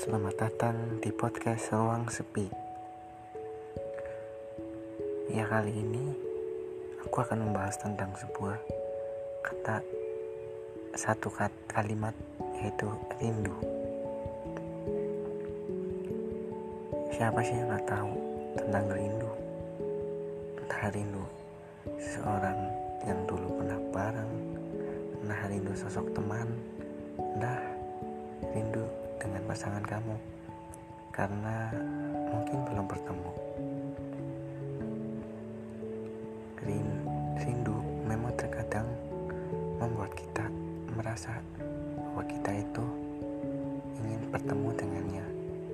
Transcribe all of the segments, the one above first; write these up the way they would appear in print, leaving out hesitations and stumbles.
Selamat datang di podcast Ruang Sepi. Ya, kali ini aku akan membahas tentang sebuah kalimat, yaitu rindu. Siapa sih yang gak tahu tentang rindu? Entah rindu seseorang yang dulu pernah bareng, entah rindu sosok teman, entah rindu dengan pasangan kamu karena mungkin belum bertemu. Rindu memang terkadang membuat kita merasa bahwa kita itu ingin bertemu dengannya,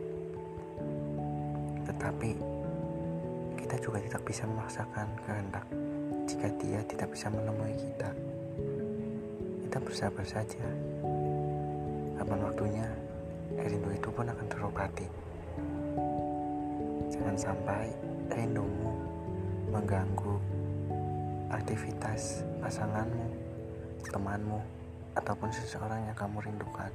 tetapi kita juga tidak bisa memaksakan kehendak jika dia tidak bisa menemui kita. Kita bersabar saja. Kapan waktunya, rindu itu pun akan terobati. Jangan sampai rindumu mengganggu aktivitas pasanganmu, temanmu, ataupun seseorang yang kamu rindukan.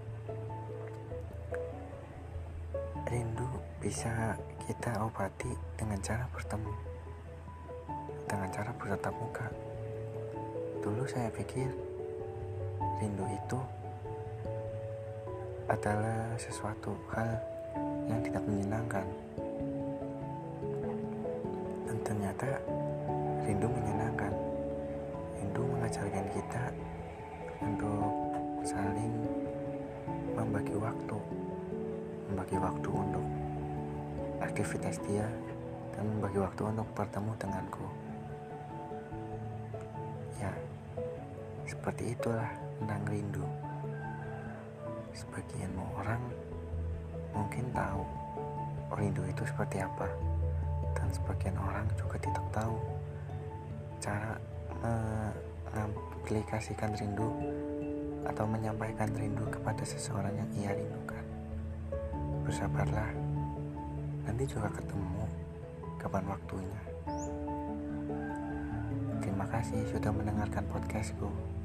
Rindu bisa kita obati dengan cara bertemu, dengan cara bertatap muka. Dulu saya pikir rindu itu adalah sesuatu hal yang tidak menyenangkan, dan ternyata rindu menyenangkan. Rindu mengajarkan kita untuk saling membagi waktu untuk aktivitas dia, dan membagi waktu untuk bertemu denganku. Ya, seperti itulah tentang rindu. Sebagian orang mungkin tahu rindu itu seperti apa, dan sebagian orang juga tidak tahu cara mengaplikasikan rindu atau menyampaikan rindu kepada seseorang yang ia rindukan. Bersabarlah, nanti juga ketemu kapan waktunya. Terima kasih sudah mendengarkan podcastku.